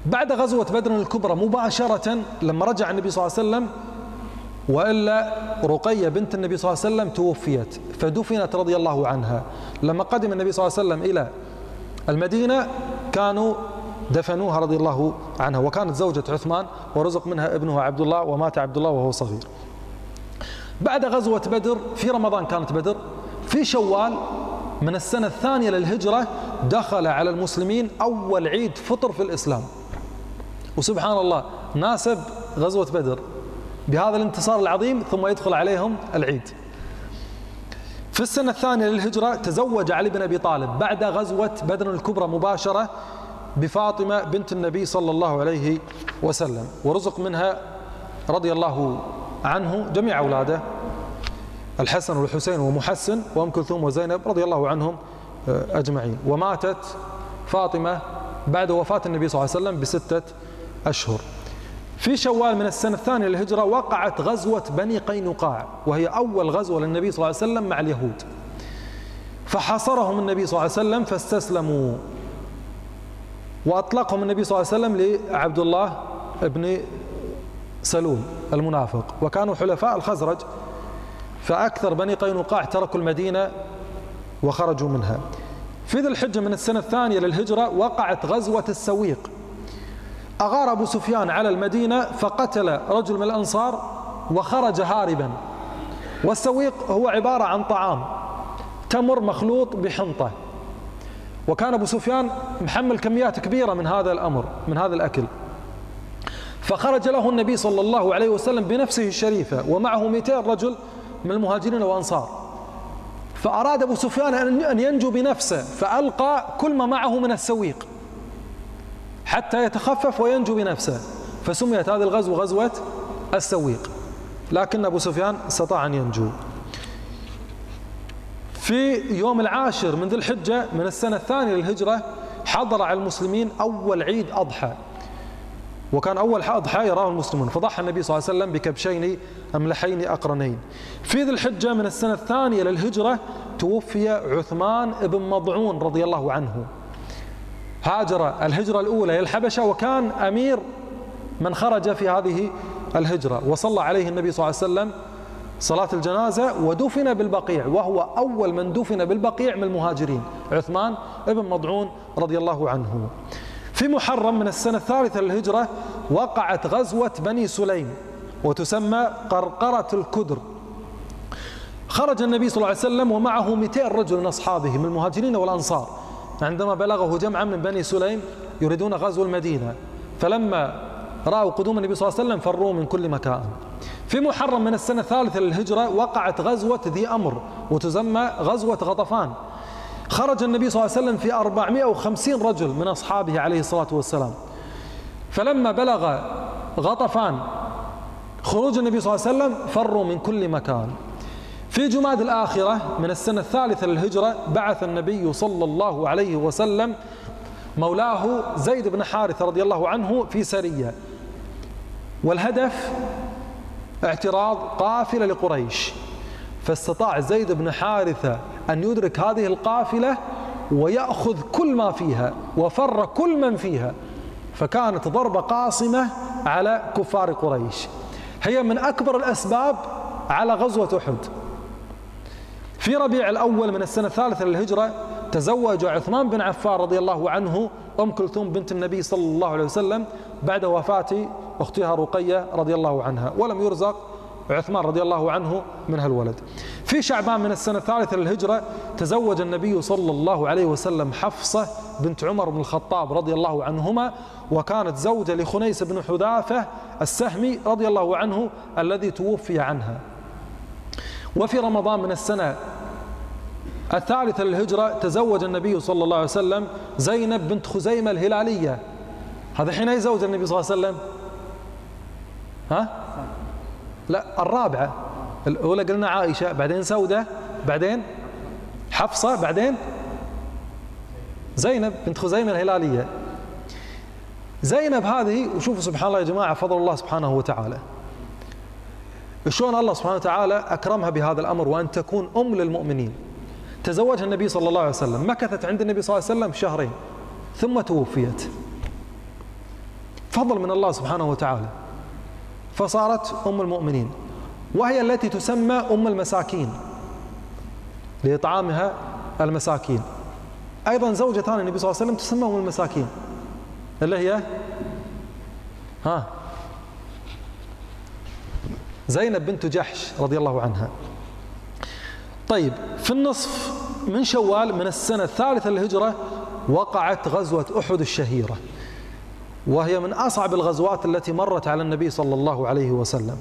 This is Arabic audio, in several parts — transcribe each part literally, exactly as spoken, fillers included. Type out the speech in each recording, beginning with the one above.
بعد غزوة بدر الكبرى مباشرة لما رجع النبي صلى الله عليه وسلم، وإلا رقية بنت النبي صلى الله عليه وسلم توفيت فدفنت رضي الله عنها. لما قدم النبي صلى الله عليه وسلم إلى المدينة كانوا دفنوها رضي الله عنها، وكانت زوجة عثمان ورزق منها ابنه عبد الله، ومات عبد الله وهو صغير. بعد غزوة بدر في رمضان كانت بدر، في شوال من السنة الثانية للهجرة دخل على المسلمين أول عيد فطر في الإسلام. وسبحان الله ناسب غزوة بدر بهذا الانتصار العظيم ثم يدخل عليهم العيد. في السنة الثانية للهجرة تزوج علي بن أبي طالب بعد غزوة بدر الكبرى مباشرة بفاطمة بنت النبي صلى الله عليه وسلم، ورزق منها رضي الله عنه جميع أولاده الحسن والحسين ومحسن وأم كلثوم وزينب رضي الله عنهم أجمعين. وماتت فاطمة بعد وفاة النبي صلى الله عليه وسلم بستة أشهر. في شوال من السنة الثانية للهجرة وقعت غزوة بني قينقاع، وهي أول غزوة للنبي صلى الله عليه وسلم مع اليهود، فحاصرهم النبي صلى الله عليه وسلم فاستسلموا، وأطلقهم النبي صلى الله عليه وسلم لعبد الله بن سلول المنافق، وكانوا حلفاء الخزرج، فأكثر بني قينقاع تركوا المدينة وخرجوا منها. في ذي الحجة من السنة الثانية للهجرة وقعت غزوة السويق، أغار أبو سفيان على المدينة فقتل رجل من الأنصار وخرج هاربا. والسويق هو عبارة عن طعام تمر مخلوط بحنطة، وكان أبو سفيان محمل كميات كبيرة من هذا الأمر من هذا الأكل، فخرج له النبي صلى الله عليه وسلم بنفسه الشريفة ومعه مئتين رجل من المهاجرين والأنصار، فأراد أبو سفيان أن ينجو بنفسه فألقى كل ما معه من السويق حتى يتخفف وينجو بنفسه، فسميت هذه الغزوة غزوة السويق، لكن أبو سفيان استطاع أن ينجو. في يوم العاشر من ذي الحجة من السنة الثانية للهجرة حضر على المسلمين أول عيد أضحى، وكان أول أضحى يراه المسلمون، فضحى النبي صلى الله عليه وسلم بكبشين أملحين أقرنين. في ذي الحجة من السنة الثانية للهجرة توفي عثمان بن مضعون رضي الله عنه، هاجر الهجرة الأولى إلى الحبشة، وكان أمير من خرج في هذه الهجرة، وصلى عليه النبي صلى الله عليه وسلم صلاة الجنازة ودفن بالبقيع، وهو أول من دفن بالبقيع من المهاجرين عثمان بن مضعون رضي الله عنه. في محرم من السنة الثالثة للهجرة وقعت غزوة بني سليم وتسمى قرقرة الكدر، خرج النبي صلى الله عليه وسلم ومعه مئتين رجل من أصحابه من المهاجرين والأنصار عندما بلغه جمعا من بني سليم يريدون غزو المدينة، فلما رأوا قدوم النبي صلى الله عليه وسلم فروا من كل مكان. في محرم من السنة الثالثة للهجرة وقعت غزوة ذي أمر وتسمى غزوة غطفان، خرج النبي صلى الله عليه وسلم في أربعمائة وخمسين رجل من أصحابه عليه الصلاة والسلام، فلما بلغ غطفان خروج النبي صلى الله عليه وسلم فروا من كل مكان. في جماد الآخرة من السنة الثالثة للهجرة بعث النبي صلى الله عليه وسلم مولاه زيد بن حارثة رضي الله عنه في سرية، والهدف اعتراض قافلة لقريش، فاستطاع زيد بن حارثة أن يدرك هذه القافلة ويأخذ كل ما فيها وفر كل من فيها، فكانت ضربة قاصمة على كفار قريش، هي من أكبر الأسباب على غزوة أحد. في ربيع الأول من السنة الثالثة للهجرة تزوج عثمان بن عفان رضي الله عنه أم كلثوم بنت النبي صلى الله عليه وسلم بعد وفاة أختها رقية رضي الله عنها، ولم يرزق عثمان رضي الله عنه منها الولد. في شعبان من السنة الثالثة للهجرة تزوج النبي صلى الله عليه وسلم حفصة بنت عمر بن الخطاب رضي الله عنهما، وكانت زوجة لخنيس بن حذافة السهمي رضي الله عنه الذي توفي عنها. وفي رمضان من السنة الثالثة للهجرة تزوج النبي صلى الله عليه وسلم زينب بنت خزيمة الهلالية. هذا حين يزوج النبي صلى الله عليه وسلم؟ ها؟ لا، الرابعة. الأولى قلنا عائشة، بعدين سودة، بعدين حفصة، بعدين زينب بنت خزيمة الهلالية. زينب هذه، وشوفوا سبحان الله يا جماعة فضل الله سبحانه وتعالى، شلون الله سبحانه وتعالى أكرمها بهذا الأمر وأن تكون أم للمؤمنين. تزوجها النبي صلى الله عليه وسلم، مكثت عند النبي صلى الله عليه وسلم شهرين ثم توفيت. فضل من الله سبحانه وتعالى، فصارت أم المؤمنين، وهي التي تسمى أم المساكين لإطعامها المساكين. أيضا زوجة ثانية النبي صلى الله عليه وسلم تسمى أم المساكين، اللي هي ها زينب بنت جحش رضي الله عنها. طيب، في النصف من شوال من السنة الثالثة للهجرة وقعت غزوة أحد الشهيرة، وهي من أصعب الغزوات التي مرت على النبي صلى الله عليه وسلم.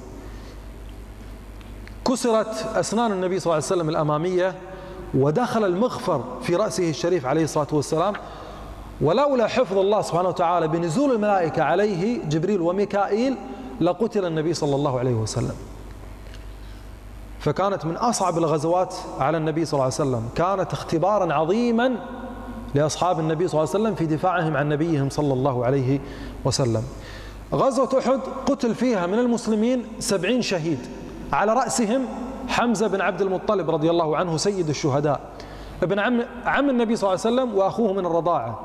كسرت أسنان النبي صلى الله عليه وسلم الأمامية، ودخل المغفر في رأسه الشريف عليه الصلاة والسلام، ولولا حفظ الله سبحانه وتعالى بنزول الملائكة عليه جبريل وميكائيل لقتل النبي صلى الله عليه وسلم. فكانت من أصعب الغزوات على النبي صلى الله عليه وسلم، كانت اختبارا عظيما لأصحاب النبي صلى الله عليه وسلم في دفاعهم عن نبيهم صلى الله عليه وسلم. غزوة أحد قتل فيها من المسلمين سبعين شهيد، على رأسهم حمزة بن عبد المطلب رضي الله عنه سيد الشهداء، ابن عم, عم النبي صلى الله عليه وسلم وأخوه من الرضاعة.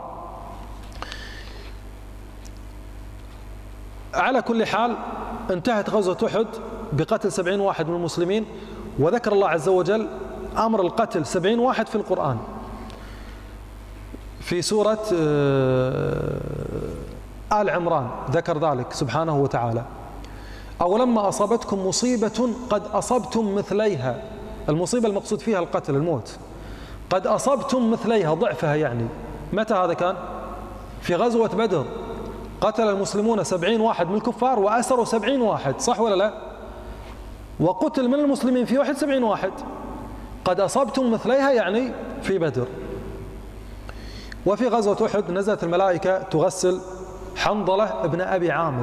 على كل حال انتهت غزوة أحد بقتل سبعين واحد من المسلمين، وذكر الله عز وجل أمر القتل سبعين واحد في القرآن في سورة آل عمران، ذكر ذلك سبحانه وتعالى: أولما أصابتكم مصيبة قد أصبتم مثليها. المصيبة المقصود فيها القتل، الموت. قد أصبتم مثليها، ضعفها يعني. متى هذا كان؟ في غزوة بدر، قتل المسلمون سبعين واحد من الكفار وأسروا سبعين واحد، صح ولا لا؟ وقتل من المسلمين في أحد سبعين واحد. قد أصبتم مثليها يعني في بدر. وفي غزوة أحد نزلت الملائكة تغسل حنظلة ابن أبي عامر.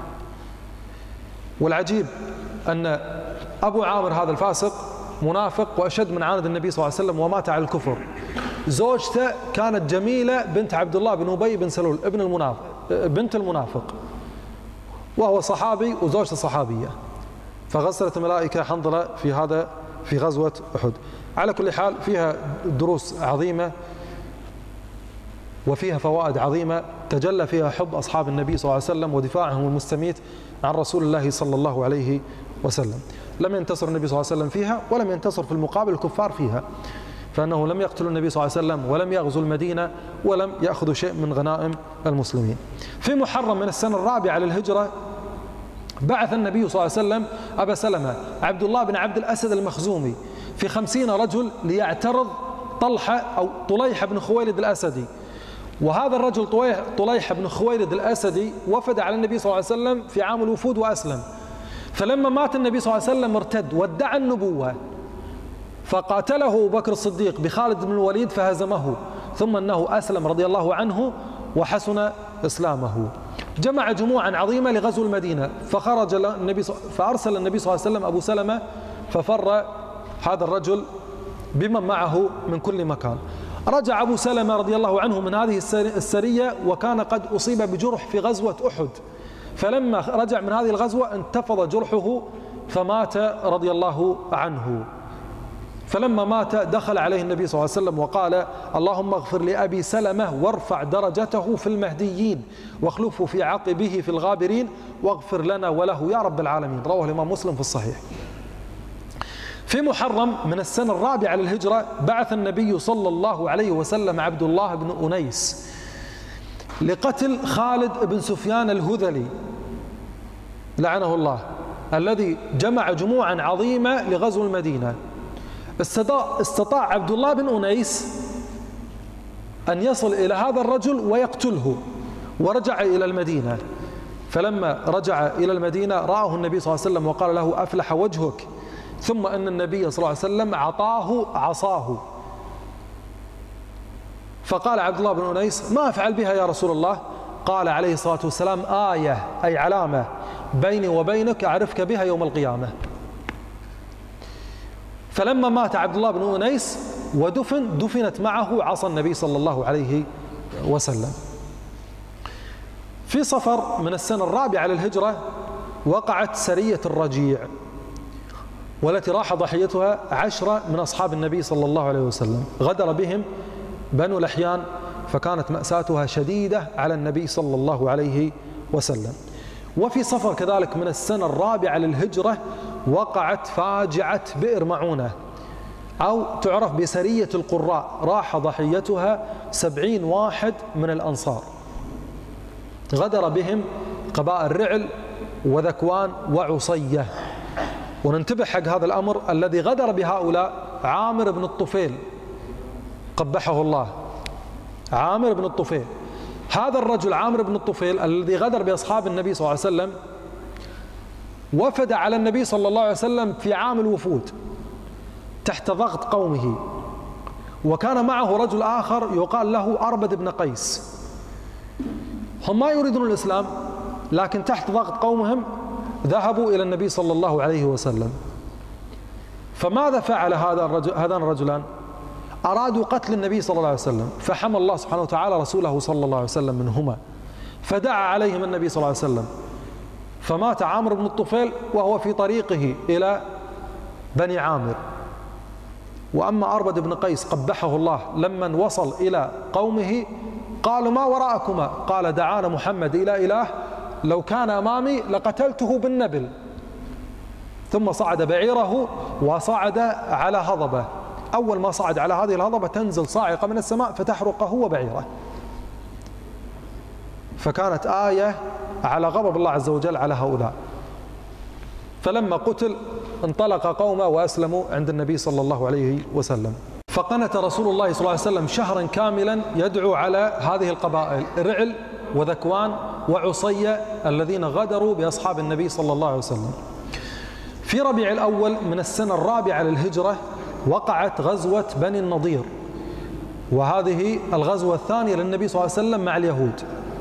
والعجيب أن أبو عامر هذا الفاسق منافق وأشد من عاند النبي صلى الله عليه وسلم ومات على الكفر. زوجته كانت جميلة بنت عبد الله بن أبي بن سلول ابن المنافق، بنت المنافق، وهو صحابي وزوجته صحابية. فغسلت الملائكة حنظلة في هذا في غزوة أحد. على كل حال فيها دروس عظيمة وفيها فوائد عظيمة، تجلى فيها حب أصحاب النبي صلى الله عليه وسلم ودفاعهم المستميت عن رسول الله صلى الله عليه وسلم. لم ينتصر النبي صلى الله عليه وسلم فيها، ولم ينتصر في المقابل الكفار فيها، فأنه لم يقتل النبي صلى الله عليه وسلم ولم يغزو المدينة ولم يأخذوا شيء من غنائم المسلمين. في محرم من السنة الرابعة للهجرة بعث النبي صلى الله عليه وسلم أبا سلمة عبد الله بن عبد الأسد المخزومي في خمسين رجل ليعترض طلحة أو طليح بن خويلد الأسدي. وهذا الرجل طليح بن خويلد الأسدي وفد على النبي صلى الله عليه وسلم في عام الوفود وأسلم. فلما مات النبي صلى الله عليه وسلم ارتد وادعى النبوة، فقاتله أبو بكر الصديق بخالد بن الوليد فهزمه، ثم أنه أسلم رضي الله عنه وحسن إسلامه. جمع جموعا عظيمة لغزو المدينة، فخرج النبي فأرسل النبي صلى الله عليه وسلم أبو سلمة ففر هذا الرجل بمن معه من كل مكان. رجع أبو سلمة رضي الله عنه من هذه السرية وكان قد أصيب بجرح في غزوة أحد، فلما رجع من هذه الغزوة انتفض جرحه فمات رضي الله عنه. فلما مات دخل عليه النبي صلى الله عليه وسلم وقال: اللهم اغفر لأبي سلمة وارفع درجته في المهديين واخلفه في عقبه في الغابرين واغفر لنا وله يا رب العالمين. رواه الإمام مسلم في الصحيح. في محرم من السنة الرابعة للهجرة بعث النبي صلى الله عليه وسلم عبد الله بن أنيس لقتل خالد بن سفيان الهذلي لعنه الله، الذي جمع جموعا عظيمة لغزو المدينة. استطاع عبد الله بن أنيس أن يصل إلى هذا الرجل ويقتله، ورجع إلى المدينة. فلما رجع إلى المدينة رآه النبي صلى الله عليه وسلم وقال له: أفلح وجهك. ثم أن النبي صلى الله عليه وسلم عطاه عصاه، فقال عبد الله بن أنيس: ما أفعل بها يا رسول الله؟ قال عليه الصلاة والسلام: آية، أي علامة بيني وبينك أعرفك بها يوم القيامة. فلما مات عبد الله بن أنيس ودفن دفنت معه عصا النبي صلى الله عليه وسلم. في صفر من السنة الرابعة للهجرة وقعت سرية الرجيع، والتي راح ضحيتها عشرة من أصحاب النبي صلى الله عليه وسلم. غدر بهم بنو لحيان، فكانت مأساتها شديدة على النبي صلى الله عليه وسلم. وفي صفر كذلك من السنة الرابعة للهجرة وقعت فاجعة بئر معونة، أو تعرف بسرية القراء، راح ضحيتها سبعين واحد من الأنصار، غدر بهم قبائل رعل وذكوان وعصية. وننتبه حق هذا الأمر، الذي غدر بهؤلاء عامر بن الطفيل قبحه الله. عامر بن الطفيل، هذا الرجل عامر بن الطفيل الذي غدر بأصحاب النبي صلى الله عليه وسلم وفد على النبي صلى الله عليه وسلم في عام الوفود تحت ضغط قومه، وكان معه رجل آخر يقال له أربد بن قيس. هم ما يريدون الإسلام، لكن تحت ضغط قومهم ذهبوا إلى النبي صلى الله عليه وسلم. فماذا فعل هذا الرجل هذان الرجلان؟ أرادوا قتل النبي صلى الله عليه وسلم، فحمى الله سبحانه وتعالى رسوله صلى الله عليه وسلم منهما، فدعا عليهم النبي صلى الله عليه وسلم، فمات عامر بن الطفيل وهو في طريقه إلى بني عامر. وأما أربد بن قيس قبحه الله لما وصل إلى قومه قالوا ما وراءكما؟ قال دعانا محمد إلى إله لو كان أمامي لقتلته بالنبل. ثم صعد بعيره وصعد على هضبة، أول ما صعد على هذه الهضبة تنزل صاعقة من السماء فتحرقه وبعيره، فكانت آية على غضب الله عز وجل على هؤلاء. فلما قتل انطلق قومه وأسلموا عند النبي صلى الله عليه وسلم. فقنت رسول الله صلى الله عليه وسلم شهرا كاملا يدعو على هذه القبائل رعل وذكوان وعصية الذين غدروا بأصحاب النبي صلى الله عليه وسلم. في ربيع الأول من السنة الرابعة للهجرة وقعت غزوة بني النضير، وهذه الغزوة الثانية للنبي صلى الله عليه وسلم مع اليهود.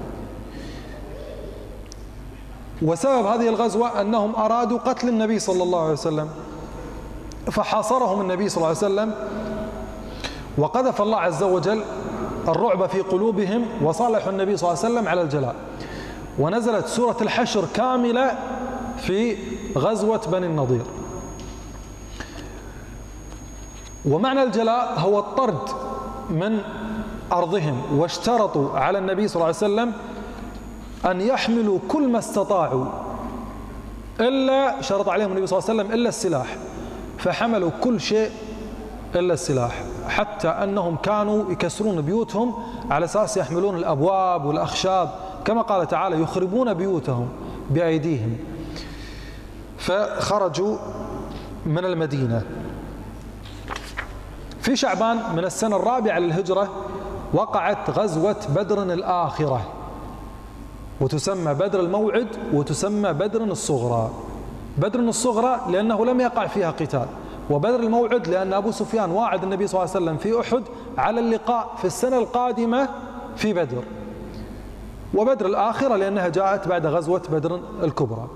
وسبب هذه الغزوة أنهم أرادوا قتل النبي صلى الله عليه وسلم، فحاصرهم النبي صلى الله عليه وسلم، وقذف الله عز وجل الرعب في قلوبهم وصالحوا النبي صلى الله عليه وسلم على الجلاء. ونزلت سورة الحشر كاملة في غزوة بني النضير. ومعنى الجلاء هو الطرد من أرضهم، واشترطوا على النبي صلى الله عليه وسلم أن يحملوا كل ما استطاعوا، إلا شرط عليهم النبي صلى الله عليه وسلم إلا السلاح، فحملوا كل شيء إلا السلاح، حتى أنهم كانوا يكسرون بيوتهم على أساس يحملون الأبواب والأخشاب، كما قال تعالى يخربون بيوتهم بأيديهم. فخرجوا من المدينة. في شعبان من السنة الرابعة للهجرة وقعت غزوة بدر الآخرة، وتسمى بدر الموعد وتسمى بدر الصغرى. بدر الصغرى لأنه لم يقع فيها قتال، وبدر الموعد لأن أبو سفيان واعد النبي صلى الله عليه وسلم في أحد على اللقاء في السنة القادمة في بدر. وبدر الآخرة لأنها جاءت بعد غزوة بدر الكبرى.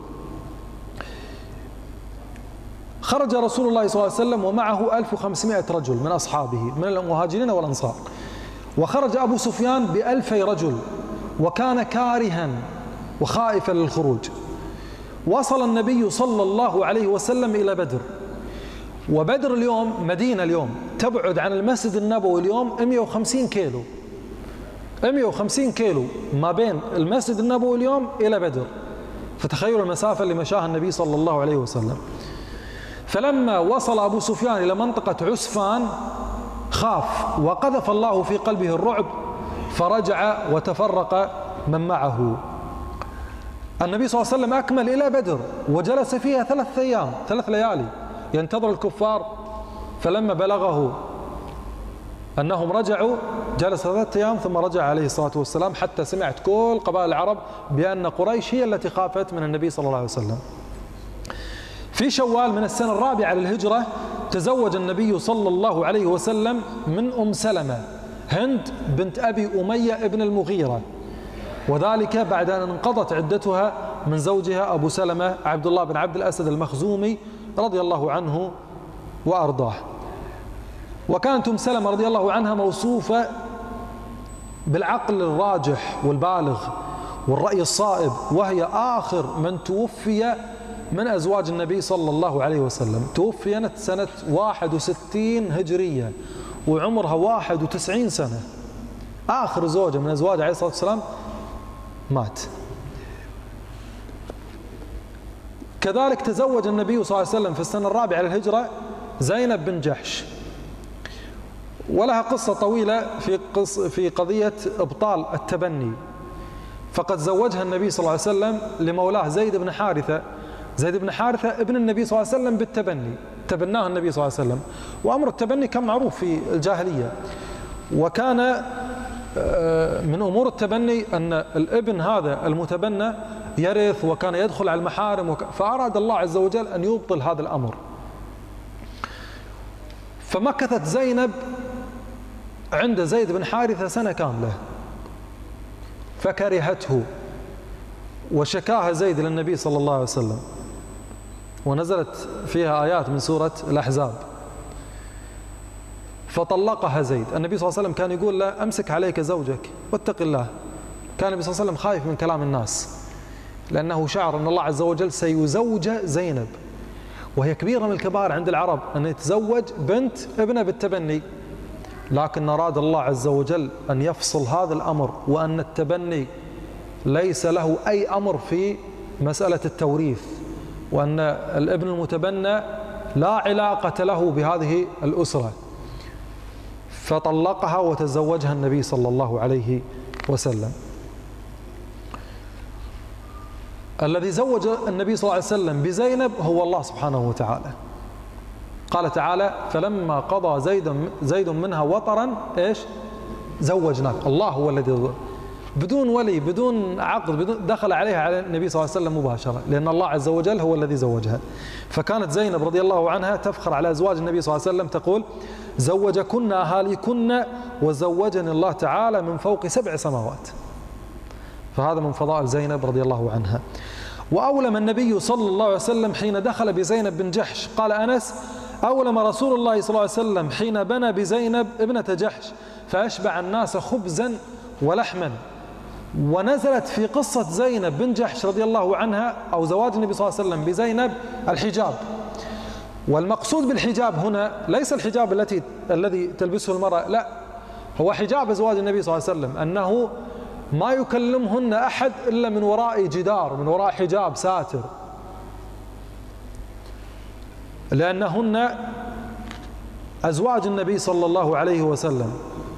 خرج رسول الله صلى الله عليه وسلم ومعه ألف وخمسمائة رجل من أصحابه من المهاجرين والأنصار، وخرج أبو سفيان بألفي رجل وكان كارها وخائفا للخروج. وصل النبي صلى الله عليه وسلم إلى بدر، وبدر اليوم مدينة اليوم تبعد عن المسجد النبوي اليوم مئة وخمسين كيلو، مئة وخمسين كيلو ما بين المسجد النبوي اليوم إلى بدر، فتخيلوا المسافة اللي مشاها النبي صلى الله عليه وسلم. فلما وصل أبو سفيان إلى منطقة عسفان خاف وقذف الله في قلبه الرعب، فرجع وتفرق من معه. النبي صلى الله عليه وسلم أكمل إلى بدر وجلس فيها ثلاث أيام ثلاث ليالي ينتظر الكفار، فلما بلغه أنهم رجعوا جلس ثلاثة أيام ثم رجع عليه الصلاة والسلام، حتى سمعت كل قبائل العرب بأن قريش هي التي خافت من النبي صلى الله عليه وسلم. في شوال من السنة الرابعة للهجرة تزوج النبي صلى الله عليه وسلم من أم سلمة هند بنت أبي أمية ابن المغيرة، وذلك بعد أن انقضت عدتها من زوجها أبو سلمة عبد الله بن عبد الأسد المخزومي رضي الله عنه وأرضاه. وكانت أم سلمة رضي الله عنها موصوفة بالعقل الراجح والبالغ والرأي الصائب، وهي آخر من توفي من أزواج النبي صلى الله عليه وسلم. توفيت سنة واحد وستين هجرية وعمرها واحد وتسعين سنة، آخر زوجة من أزواج عليه الصلاة والسلام مات. كذلك تزوج النبي صلى الله عليه وسلم في السنة الرابعة للهجرة زينب بن جحش، ولها قصة طويلة في قص في قضية إبطال التبني. فقد زوجها النبي صلى الله عليه وسلم لمولاه زيد بن حارثة. زيد بن حارثة ابن النبي صلى الله عليه وسلم بالتبني، تبناه النبي صلى الله عليه وسلم. وأمر التبني كان معروف في الجاهلية، وكان من أمور التبني أن الابن هذا المتبنى يرث وكان يدخل على المحارم، فأراد الله عز وجل أن يبطل هذا الأمر. فمكثت زينب عند زيد بن حارثة سنة كاملة، فكرهته وشكاها زيد للنبي صلى الله عليه وسلم، ونزلت فيها آيات من سورة الأحزاب، فطلقها زيد. النبي صلى الله عليه وسلم كان يقول له أمسك عليك زوجك واتق الله. كان النبي صلى الله عليه وسلم خايف من كلام الناس، لأنه شعر أن الله عز وجل سيزوج زينب، وهي كبيرة من الكبائر عند العرب أن يتزوج بنت ابنه بالتبني. لكن أراد الله عز وجل أن يفصل هذا الأمر، وأن التبني ليس له أي أمر في مسألة التوريث، وأن الابن المتبنى لا علاقة له بهذه الأسرة. فطلقها وتزوجها النبي صلى الله عليه وسلم. الذي زوج النبي صلى الله عليه وسلم بزينب هو الله سبحانه وتعالى. قال تعالى: فلما قضى زيد زيد منها وطرا ايش؟ زوجناك. الله هو الذي بدون ولي بدون عقد بدون دخل عليها على النبي صلى الله عليه وسلم مباشرة، لأن الله عز وجل هو الذي زوجها. فكانت زينب رضي الله عنها تفخر على أزواج النبي صلى الله عليه وسلم، تقول: زوجكن أهاليكن وزوجني الله تعالى من فوق سبع سماوات. فهذا من فضائل زينب رضي الله عنها. وأولم النبي صلى الله عليه وسلم حين دخل بزينب بن جحش، قال أنس: أولم رسول الله صلى الله عليه وسلم حين بنى بزينب ابنة جحش فأشبع الناس خبزا ولحما. ونزلت في قصة زينب بن جحش رضي الله عنها أو زواج النبي صلى الله عليه وسلم بزينب الحجاب. والمقصود بالحجاب هنا ليس الحجاب التي الذي تلبسه المرأة، لا، هو حجاب أزواج النبي صلى الله عليه وسلم، أنه ما يكلمهن أحد إلا من وراء جدار، من وراء حجاب ساتر، لأنهن أزواج النبي صلى الله عليه وسلم،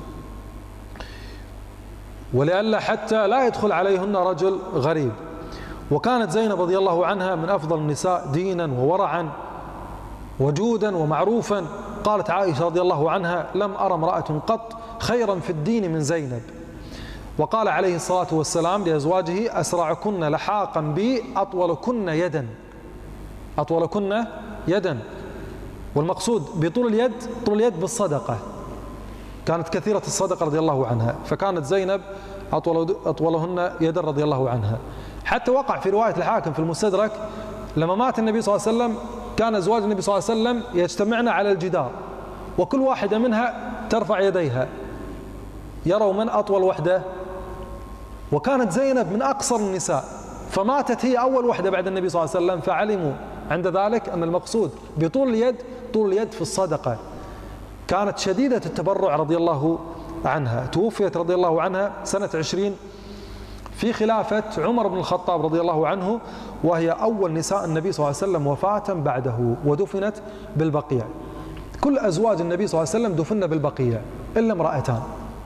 ولئلا حتى لا يدخل عليهن رجل غريب. وكانت زينب رضي الله عنها من أفضل النساء دينا وورعا وجودا ومعروفا. قالت عائشة رضي الله عنها: لم أرى امرأة قط خيرا في الدين من زينب. وقال عليه الصلاة والسلام لأزواجه: أسرعكن لحاقا بي أطولكن يدا. أطولكن يدا، والمقصود بطول اليد طول اليد بالصدقة، كانت كثيرة الصدقة رضي الله عنها. فكانت زينب أطول أطولهن يدا رضي الله عنها. حتى وقع في رواية الحاكم في المستدرك: لما مات النبي صلى الله عليه وسلم كان أزواج النبي صلى الله عليه وسلم يجتمعن على الجدار، وكل واحدة منها ترفع يديها يروا من أطول وحدة. وكانت زينب من أقصر النساء، فماتت هي أول وحدة بعد النبي صلى الله عليه وسلم. فعلموا عند ذلك أن المقصود بطول اليد طول اليد في الصدقة. كانت شديدة التبرع رضي الله عنها. توفيت رضي الله عنها سنة عشرين في خلافة عمر بن الخطاب رضي الله عنه، وهي أول نساء النبي صلى الله عليه وسلم وفاة بعده، ودفنت بالبقيع. كل أزواج النبي صلى الله عليه وسلم دفن بالبقيع إلا امرأتان.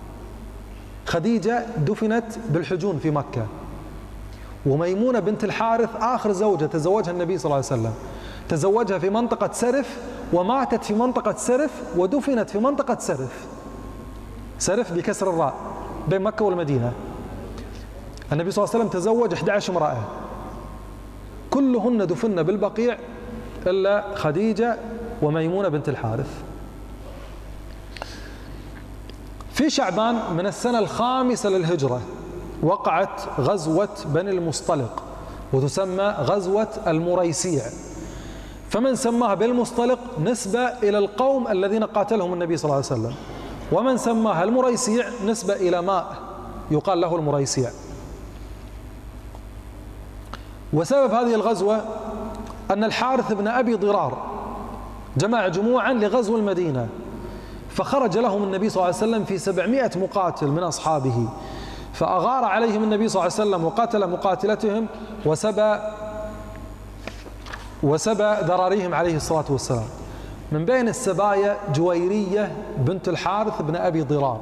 خديجة دفنت بالحجون في مكة، وميمونة بنت الحارث آخر زوجة تزوجها النبي صلى الله عليه وسلم تزوجها في منطقة سرف، وماتت في منطقة سرف، ودفنت في منطقة سرف. سرف بكسر الراء بين مكة والمدينة. النبي صلى الله عليه وسلم تزوج إحدى عشرة امرأة، كلهن دفن بالبقيع إلا خديجة وميمونة بنت الحارث. في شعبان من السنة الخامسة للهجرة وقعت غزوة بني المصطلق، وتسمى غزوة المريسيع. فمن سماها بالمصطلق نسبة إلى القوم الذين قاتلهم النبي صلى الله عليه وسلم، ومن سماها المريسيع نسبة إلى ماء يقال له المريسيع. وسبب هذه الغزوة أن الحارث بن أبي ضرار جمع جموعا لغزو المدينة، فخرج لهم النبي صلى الله عليه وسلم في سبعمائة مقاتل من أصحابه، فأغار عليهم النبي صلى الله عليه وسلم وقاتل مقاتلتهم وسبى وسبى ذراريهم عليه الصلاة والسلام. من بين السبايا جويرية بنت الحارث بن أبي ضرار،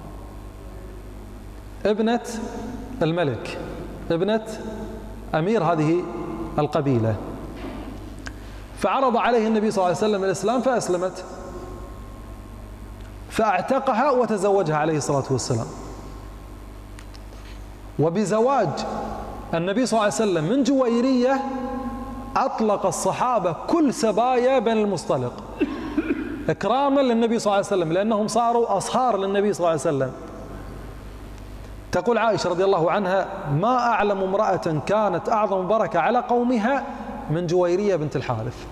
ابنة الملك، ابنة أمير هذه القبيلة. فعرض عليه النبي صلى الله عليه وسلم الإسلام فأسلمت، فاعتقها وتزوجها عليه الصلاة والسلام. وبزواج النبي صلى الله عليه وسلم من جويرية أطلق الصحابة كل سبايا بني المصطلق إكراما للنبي صلى الله عليه وسلم، لأنهم صاروا أصهار للنبي صلى الله عليه وسلم. تقول عائشة رضي الله عنها: ما أعلم امرأة كانت أعظم بركة على قومها من جويرية بنت الحارث.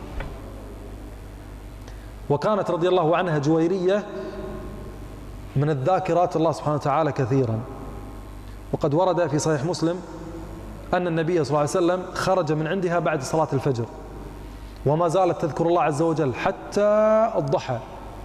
وكانت رضي الله عنها جويرية من الذاكرات الله سبحانه وتعالى كثيرا. وقد ورد في صحيح مسلم أن النبي صلى الله عليه وسلم خرج من عندها بعد صلاة الفجر، وما زالت تذكر الله عز وجل حتى الضحى،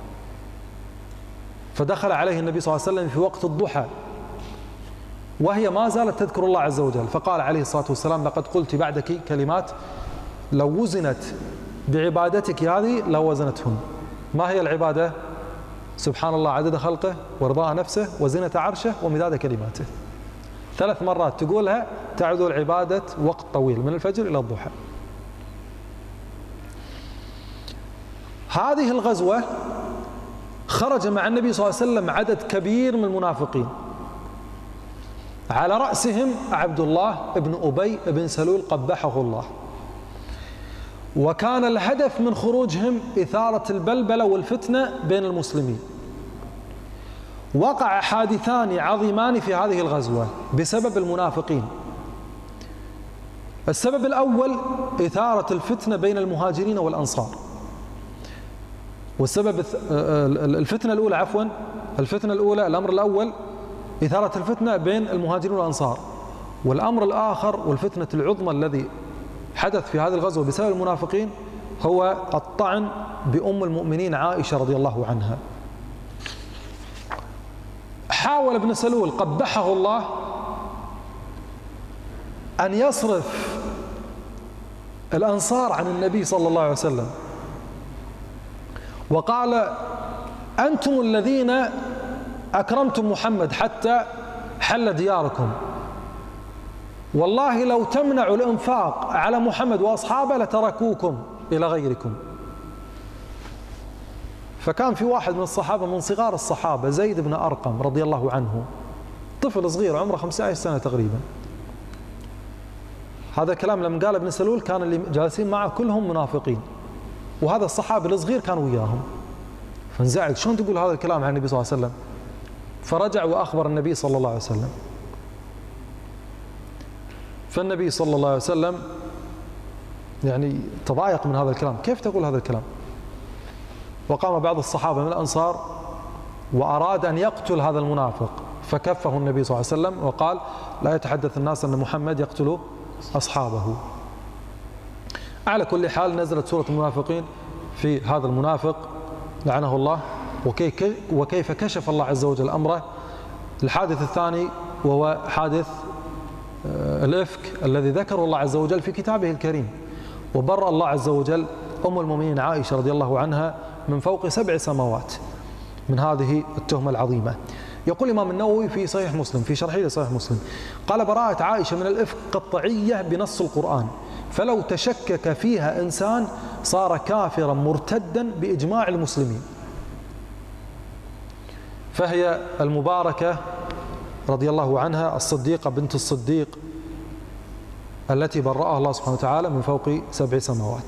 فدخل عليه النبي صلى الله عليه وسلم في وقت الضحى وهي ما زالت تذكر الله عز وجل، فقال عليه الصلاة والسلام: لقد قلت بعدك كلمات لو وزنت بعبادتك هذه لو وزنتهن. ما هي العبادة؟ سبحان الله عدد خلقه ورضاء نفسه وزنة عرشه ومداد كلماته. ثلاث مرات تقولها تعدل العبادة وقت طويل من الفجر إلى الضحى. هذه الغزوة خرج مع النبي صلى الله عليه وسلم عدد كبير من المنافقين، على رأسهم عبد الله بن أبي بن سلول قبحه الله. وكان الهدف من خروجهم إثارة البلبلة والفتنة بين المسلمين. وقع حادثان عظيمان في هذه الغزوة بسبب المنافقين. السبب الأول إثارة الفتنة بين المهاجرين والأنصار. والسبب الفتنة الأولى عفوا الفتنة الأولى الأمر الأول إثارة الفتنة بين المهاجرين والأنصار. والأمر الآخر والفتنة العظمى الذي حدث في هذه الغزوة بسبب المنافقين هو الطعن بأم المؤمنين عائشة رضي الله عنها. حاول ابن سلول قبحه الله أن يصرف الأنصار عن النبي صلى الله عليه وسلم، وقال: أنتم الذين أكرمتم محمد حتى حل دياركم، والله لو تمنعوا الإنفاق على محمد وأصحابه لتركوكم إلى غيركم. فكان في واحد من الصحابة من صغار الصحابة زيد بن أرقم رضي الله عنه، طفل صغير عمره خمسة عشر سنة تقريبا. هذا الكلام لما قال ابن سلول كان اللي جالسين معه كلهم منافقين، وهذا الصحابي الصغير كان وياهم، فانزعج: شلون تقول هذا الكلام عن النبي صلى الله عليه وسلم؟ فرجع وأخبر النبي صلى الله عليه وسلم. فالنبي صلى الله عليه وسلم يعني تضايق من هذا الكلام، كيف تقول هذا الكلام؟ وقام بعض الصحابة من الأنصار وأراد أن يقتل هذا المنافق، فكفه النبي صلى الله عليه وسلم وقال: لا يتحدث الناس أن محمد يقتل أصحابه. على كل حال نزلت سورة المنافقين في هذا المنافق لعنه الله وكيف كشف الله عز وجل أمره. الحادث الثاني وهو حادث الإفك الذي ذكره الله عز وجل في كتابه الكريم، وبرأ الله عز وجل أم المؤمنين عائشة رضي الله عنها من فوق سبع سماوات من هذه التهمة العظيمة. يقول الإمام النووي في صحيح مسلم في شرحه لصحيح مسلم: قال: براءة عائشة من الإفك قطعية بنص القرآن، فلو تشكك فيها إنسان صار كافرا مرتدا بإجماع المسلمين. فهي المباركة رضي الله عنها الصديقة بنت الصديق التي برأها الله سبحانه وتعالى من فوق سبع سماوات.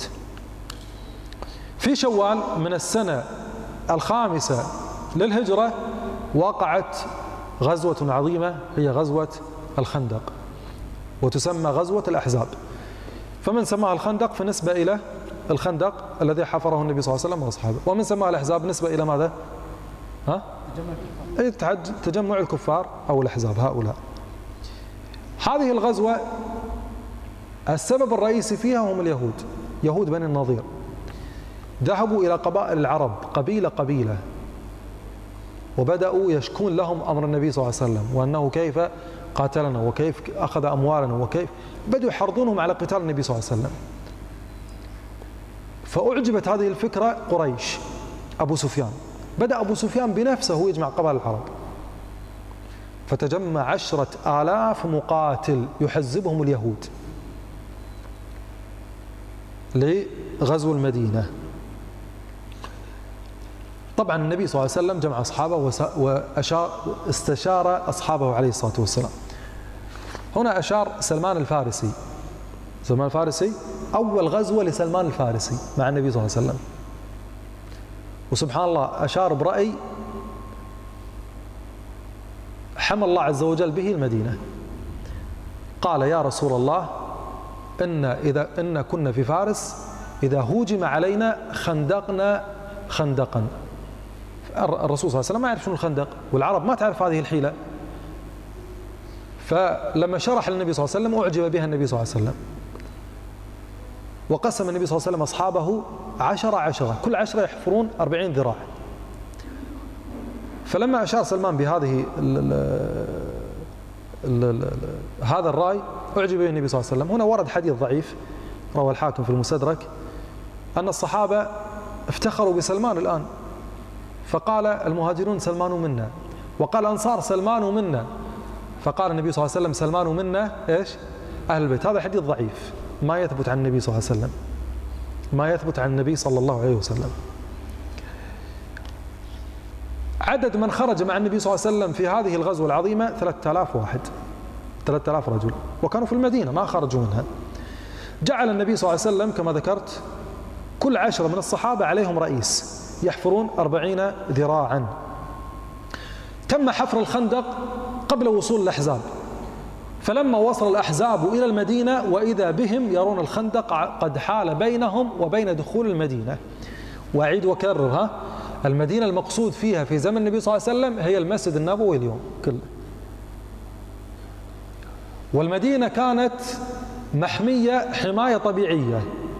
في شوال من السنة الخامسة للهجرة وقعت غزوة عظيمة هي غزوة الخندق، وتسمى غزوة الأحزاب. فمن سماها الخندق فنسبة إلى الخندق الذي حفره النبي صلى الله عليه وسلم وأصحابه، ومن سماها الأحزاب نسبة إلى ماذا؟ ها؟ أي تجمع الكفار أو الأحزاب هؤلاء. هذه الغزوة السبب الرئيسي فيها هم اليهود، يهود بني النضير. ذهبوا إلى قبائل العرب قبيلة قبيلة وبدأوا يشكون لهم أمر النبي صلى الله عليه وسلم، وأنه كيف قاتلنا وكيف أخذ أموالنا وكيف بدأوا يحرضونهم على قتال النبي صلى الله عليه وسلم. فأعجبت هذه الفكرة قريش، أبو سفيان، بدأ أبو سفيان بنفسه هو يجمع قبائل العرب، فتجمع عشرة آلاف مقاتل يحزبهم اليهود لغزو المدينة. طبعا النبي صلى الله عليه وسلم جمع أصحابه وأشار استشار أصحابه عليه الصلاة والسلام. هنا أشار سلمان الفارسي، سلمان الفارسي أول غزوة لسلمان الفارسي مع النبي صلى الله عليه وسلم، وسبحان الله أشار برأي حمى الله عز وجل به المدينة. قال يا رسول الله إن إذا إن كنا في فارس إذا هوجم علينا خندقنا خندقا. الرسول صلى الله عليه وسلم ما يعرف شنو الخندق، والعرب ما تعرف هذه الحيلة، فلما شرح للنبي صلى الله عليه وسلم أعجب بها النبي صلى الله عليه وسلم، وقسم النبي صلى الله عليه وسلم أصحابه عشرة عشرة، كل عشرة يحفرون أربعين ذراع. فلما أشار سلمان بهذه ال ال ال ال هذا الرأي أعجب به النبي صلى الله عليه وسلم. هنا ورد حديث ضعيف رواه الحاكم في المستدرك أن الصحابة افتخروا بسلمان الآن، فقال المهاجرون سلمان منا، وقال الأنصار سلمان منا، فقال النبي صلى الله عليه وسلم سلمان منا إيش؟ أهل البيت. هذا حديث ضعيف ما يثبت عن النبي صلى الله عليه وسلم، ما يثبت عن النبي صلى الله عليه وسلم. عدد من خرج مع النبي صلى الله عليه وسلم في هذه الغزوة العظيمة ثلاثة آلاف واحد، ثلاثة آلاف رجل، وكانوا في المدينة ما خرجوا منها. جعل النبي صلى الله عليه وسلم كما ذكرت كل عشرة من الصحابة عليهم رئيس يحفرون أربعين ذراعا. تم حفر الخندق قبل وصول الأحزاب، فلما وصل الأحزاب إلى المدينة وإذا بهم يرون الخندق قد حال بينهم وبين دخول المدينة. وأعيد وكررها، المدينة المقصود فيها في زمن النبي صلى الله عليه وسلم هي المسجد النبوي اليوم كله. والمدينة كانت محمية حماية طبيعية،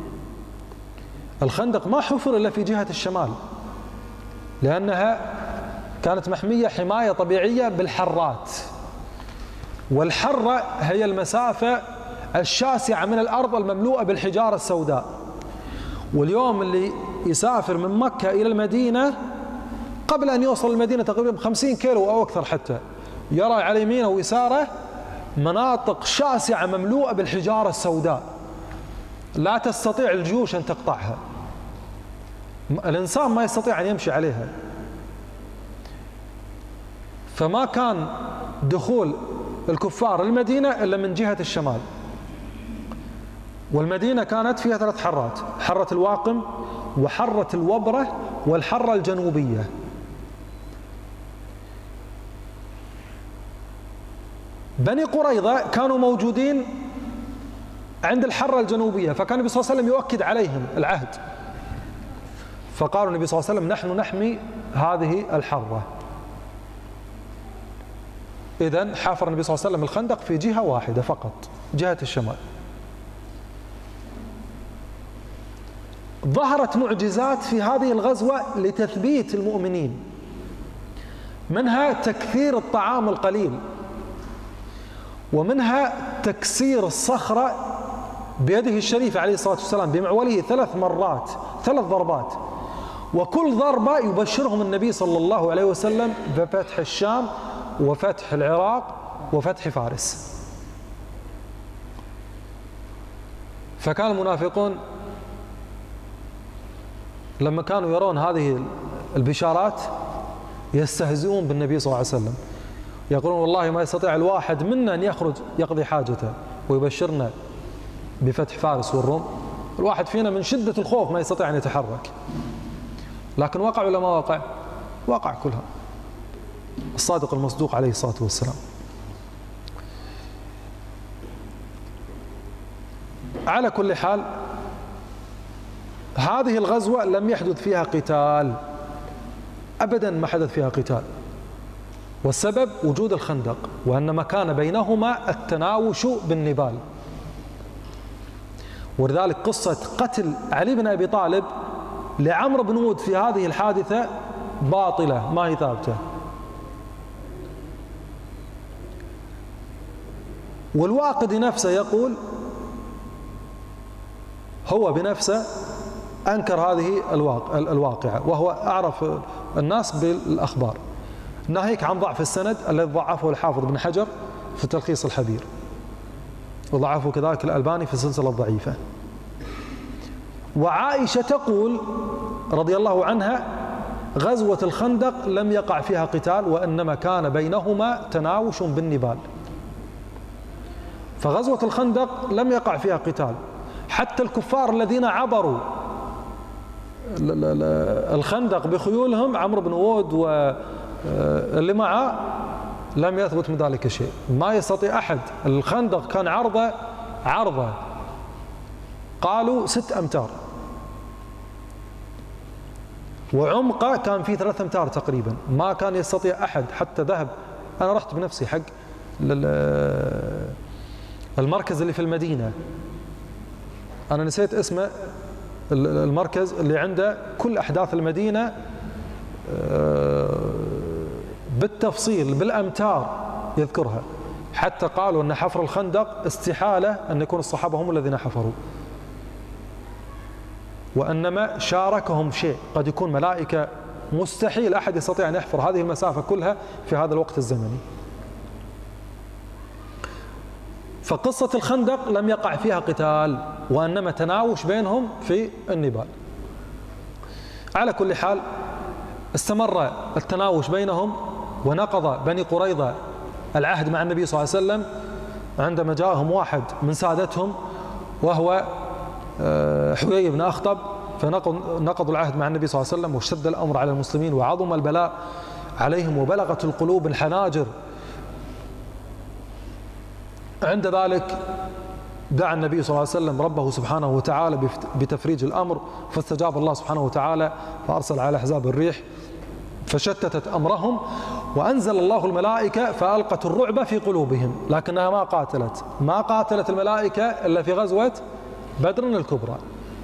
الخندق ما حفر إلا في جهة الشمال لأنها كانت محمية حماية طبيعية بالحرات، والحرة هي المسافة الشاسعة من الأرض المملوءة بالحجارة السوداء. واليوم اللي يسافر من مكة إلى المدينة قبل أن يوصل المدينة تقريبا خمسين كيلو أو أكثر حتى، يرى على يمينه ويساره مناطق شاسعة مملوءة بالحجارة السوداء لا تستطيع الجيوش أن تقطعها، الإنسان ما يستطيع أن يمشي عليها. فما كان دخول الكفار المدينة إلا من جهة الشمال. والمدينة كانت فيها ثلاث حرات، حرة الواقم وحرة الوبرة والحرة الجنوبية. بني قريظة كانوا موجودين عند الحرة الجنوبية، فكان النبي صلى الله عليه وسلم يؤكد عليهم العهد، فقالوا النبي صلى الله عليه وسلم نحن نحمي هذه الحرة. إذن حافر النبي صلى الله عليه وسلم الخندق في جهة واحدة فقط، جهة الشمال. ظهرت معجزات في هذه الغزوة لتثبيت المؤمنين، منها تكثير الطعام القليل، ومنها تكسير الصخرة بيده الشريفة عليه الصلاة والسلام بمعوله ثلاث مرات، ثلاث ضربات، وكل ضربة يبشرهم النبي صلى الله عليه وسلم بفتح الشام وفتح العراق وفتح فارس. فكان المنافقون لما كانوا يرون هذه البشارات يستهزئون بالنبي صلى الله عليه وسلم، يقولون والله ما يستطيع الواحد منا أن يخرج يقضي حاجته ويبشرنا بفتح فارس والروم، الواحد فينا من شدة الخوف ما يستطيع أن يتحرك. لكن وقع ولا ما وقع؟ وقع كلها. الصادق المصدوق عليه الصلاة والسلام. على كل حال هذه الغزوة لم يحدث فيها قتال أبدا، ما حدث فيها قتال، والسبب وجود الخندق، وأن ما كان بينهما التناوش بالنبال. ولذلك قصة قتل علي بن أبي طالب لعمرو بن ود في هذه الحادثة باطلة، ما هي ثابتة. والواقدي نفسه يقول هو بنفسه أنكر هذه الواقعة، وهو أعرف الناس بالأخبار، ناهيك عن ضعف السند الذي ضعفه الحافظ بن حجر في تلخيص الحبير، وضعفه كذلك الألباني في السلسلة الضعيفة. وعائشة تقول رضي الله عنها: غزوة الخندق لم يقع فيها قتال، وإنما كان بينهما تناوش بالنبال. فغزوة الخندق لم يقع فيها قتال، حتى الكفار الذين عبروا الخندق بخيولهم، عمرو بن وود واللي معه، لم يثبت من ذلك شيء. ما يستطيع أحد. الخندق كان عرضه عرضه قالوا ست أمتار، وعمقه كان فيه ثلاث أمتار تقريبا. ما كان يستطيع أحد، حتى ذهب، أنا رحت بنفسي حق المركز اللي في المدينة، أنا نسيت اسمه، المركز اللي عنده كل أحداث المدينة بالتفصيل بالأمتار يذكرها، حتى قالوا أن حفر الخندق استحالة أن يكون الصحابة هم الذين حفروا، وأنما شاركهم شيء، قد يكون ملائكة، مستحيل أحد يستطيع أن يحفر هذه المسافة كلها في هذا الوقت الزمني. فقصة الخندق لم يقع فيها قتال، وإنما تناوش بينهم في النبال. على كل حال استمر التناوش بينهم، ونقض بني قريظة العهد مع النبي صلى الله عليه وسلم عندما جاءهم واحد من سادتهم وهو حيي بن أخطب، فنقضوا العهد مع النبي صلى الله عليه وسلم، واشتد الأمر على المسلمين وعظم البلاء عليهم وبلغت القلوب الحناجر. عند ذلك دعا النبي صلى الله عليه وسلم ربه سبحانه وتعالى بتفريج الأمر، فاستجاب الله سبحانه وتعالى، فأرسل على أحزاب الريح فشتتت أمرهم، وأنزل الله الملائكة فألقت الرعب في قلوبهم، لكنها ما قاتلت ما قاتلت الملائكة إلا في غزوة بدر الكبرى.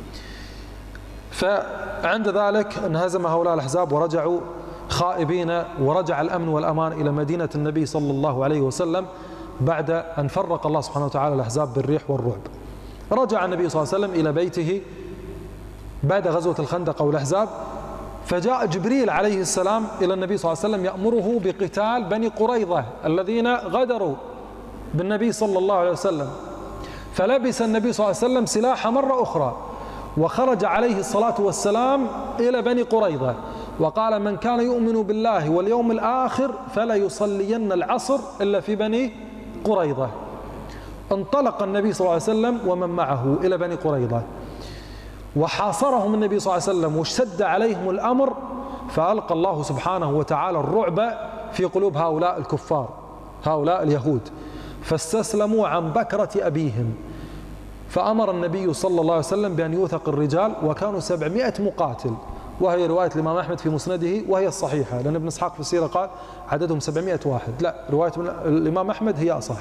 فعند ذلك انهزم هؤلاء الأحزاب ورجعوا خائبين، ورجع الأمن والأمان إلى مدينة النبي صلى الله عليه وسلم بعد أن فرق الله سبحانه وتعالى الأحزاب بالريح والرعب. رجع النبي صلى الله عليه وسلم إلى بيته بعد غزوة الخندق أو الأحزاب، فجاء جبريل عليه السلام إلى النبي صلى الله عليه وسلم يأمره بقتال بني قريظة الذين غدروا بالنبي صلى الله عليه وسلم. فلبس النبي صلى الله عليه وسلم سلاحه مرة أخرى، وخرج عليه الصلاة والسلام إلى بني قريظة، وقال: من كان يؤمن بالله واليوم الآخر فلا يصلين العصر إلا في بني قريظة. انطلق النبي صلى الله عليه وسلم ومن معه إلى بني قريظة، وحاصرهم النبي صلى الله عليه وسلم واشتد عليهم الأمر، فألقى الله سبحانه وتعالى الرعب في قلوب هؤلاء الكفار، هؤلاء اليهود، فاستسلموا عن بكرة أبيهم. فأمر النبي صلى الله عليه وسلم بأن يوثق الرجال، وكانوا سبعمائة مقاتل، وهي رواية الإمام أحمد في مسنده وهي الصحيحة، لأن ابن إسحاق في السيرة قال عددهم سبعمائة واحد، لا، رواية الإمام أحمد هي أصح.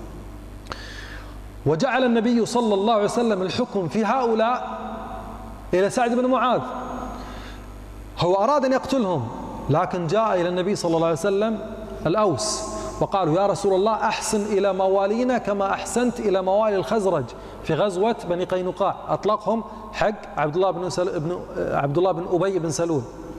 وجعل النبي صلى الله عليه وسلم الحكم في هؤلاء إلى سعد بن معاذ. هو أراد أن يقتلهم، لكن جاء إلى النبي صلى الله عليه وسلم الأوس وقالوا: يا رسول الله، أحسن إلى موالينا كما أحسنت إلى موالي الخزرج في غزوة بني قينقاع. أطلقهم حق عبد الله بن سل... بن عبد الله بن أبي بن سلول.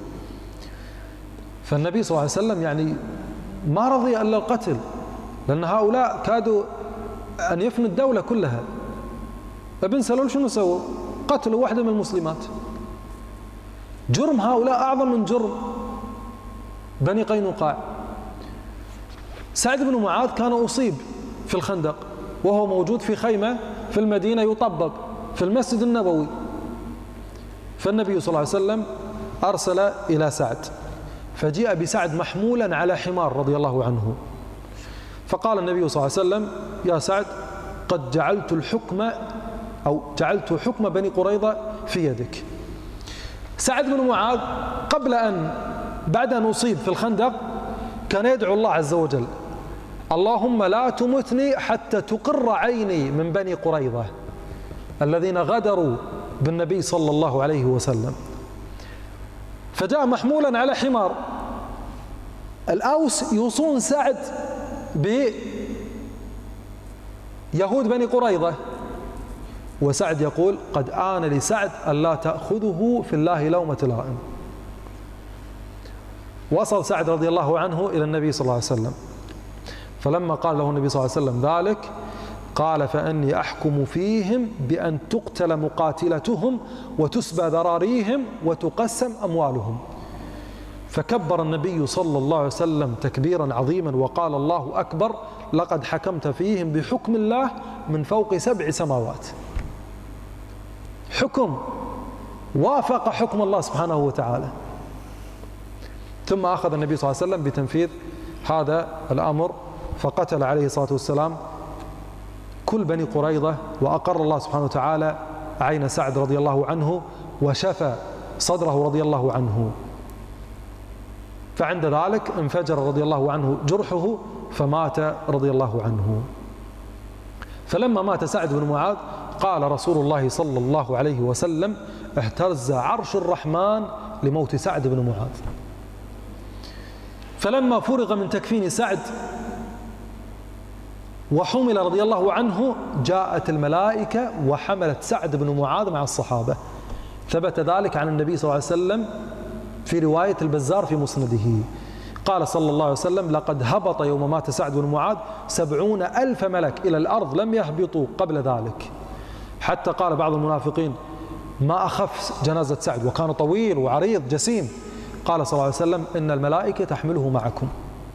فالنبي صلى الله عليه وسلم يعني ما رضي إلا القتل، لأن هؤلاء كادوا أن يفنوا الدولة كلها. ابن سلول شنو سووا؟ قتلوا واحدة من المسلمات. جرم هؤلاء أعظم من جرم بني قينقاع. سعد بن معاذ كان أصيب في الخندق، وهو موجود في خيمة في المدينة يطبب في المسجد النبوي. فالنبي صلى الله عليه وسلم أرسل إلى سعد، فجاء بسعد محمولا على حمار رضي الله عنه. فقال النبي صلى الله عليه وسلم: يا سعد، قد جعلت الحكم أو جعلت حكم بني قريظة في يدك. سعد بن معاذ قبل أن بعد أن أصيب في الخندق كان يدعو الله عز وجل: اللهم لا تمتني حتى تقر عيني من بني قريظة الذين غدروا بالنبي صلى الله عليه وسلم. فجاء محمولا على حمار. الأوس يوصون سعد بيهود بني قريظة، وسعد يقول قد آن لسعد أن لا تأخذه في الله لومة لائم. وصل سعد رضي الله عنه إلى النبي صلى الله عليه وسلم، فلما قال له النبي صلى الله عليه وسلم ذلك قال فإني أحكم فيهم بأن تقتل مقاتلتهم وتسبى ذراريهم وتقسم أموالهم. فكبر النبي صلى الله عليه وسلم تكبيرا عظيما وقال الله أكبر لقد حكمت فيهم بحكم الله من فوق سبع سماوات. حكم وافق حكم الله سبحانه وتعالى. ثم أخذ النبي صلى الله عليه وسلم بتنفيذ هذا الأمر، فقتل عليه الصلاة والسلام كل بني قريظة، وأقر الله سبحانه وتعالى عين سعد رضي الله عنه وشفى صدره رضي الله عنه. فعند ذلك انفجر رضي الله عنه جرحه فمات رضي الله عنه. فلما مات سعد بن معاذ قال رسول الله صلى الله عليه وسلم اهتز عرش الرحمن لموت سعد بن معاذ. فلما فرغ من تكفين سعد وحمل رضي الله عنه جاءت الملائكة وحملت سعد بن معاذ مع الصحابة. ثبت ذلك عن النبي صلى الله عليه وسلم في رواية البزار في مسنده، قال صلى الله عليه وسلم لقد هبط يوم مات سعد بن معاذ سبعون ألف ملك إلى الأرض لم يهبطوا قبل ذلك، حتى قال بعض المنافقين ما أخف جنازة سعد وكان طويل وعريض جسيم، قال صلى الله عليه وسلم إن الملائكة تحمله معكم.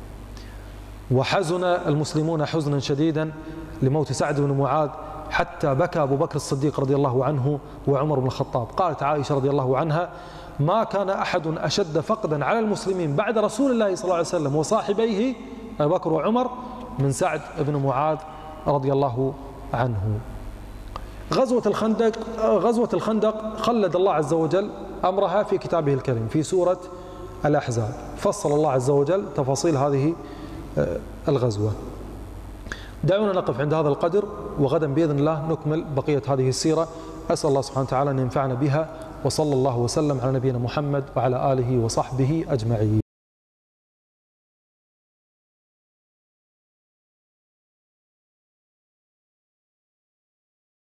وحزن المسلمون حزنا شديدا لموت سعد بن معاذ حتى بكى أبو بكر الصديق رضي الله عنه وعمر بن الخطاب. قالت عائشة رضي الله عنها ما كان أحد أشد فقدا على المسلمين بعد رسول الله صلى الله عليه وسلم وصاحبيه أبو بكر وعمر من سعد بن معاذ رضي الله عنه. غزوة الخندق غزوة الخندق خلد الله عز وجل أمرها في كتابه الكريم في سورة الأحزاب، فصل الله عز وجل تفاصيل هذه الغزوة. دعونا نقف عند هذا القدر، وغدا بإذن الله نكمل بقية هذه السيرة. أسأل الله سبحانه وتعالى أن ينفعنا بها، وصلى الله وسلم على نبينا محمد وعلى آله وصحبه أجمعين.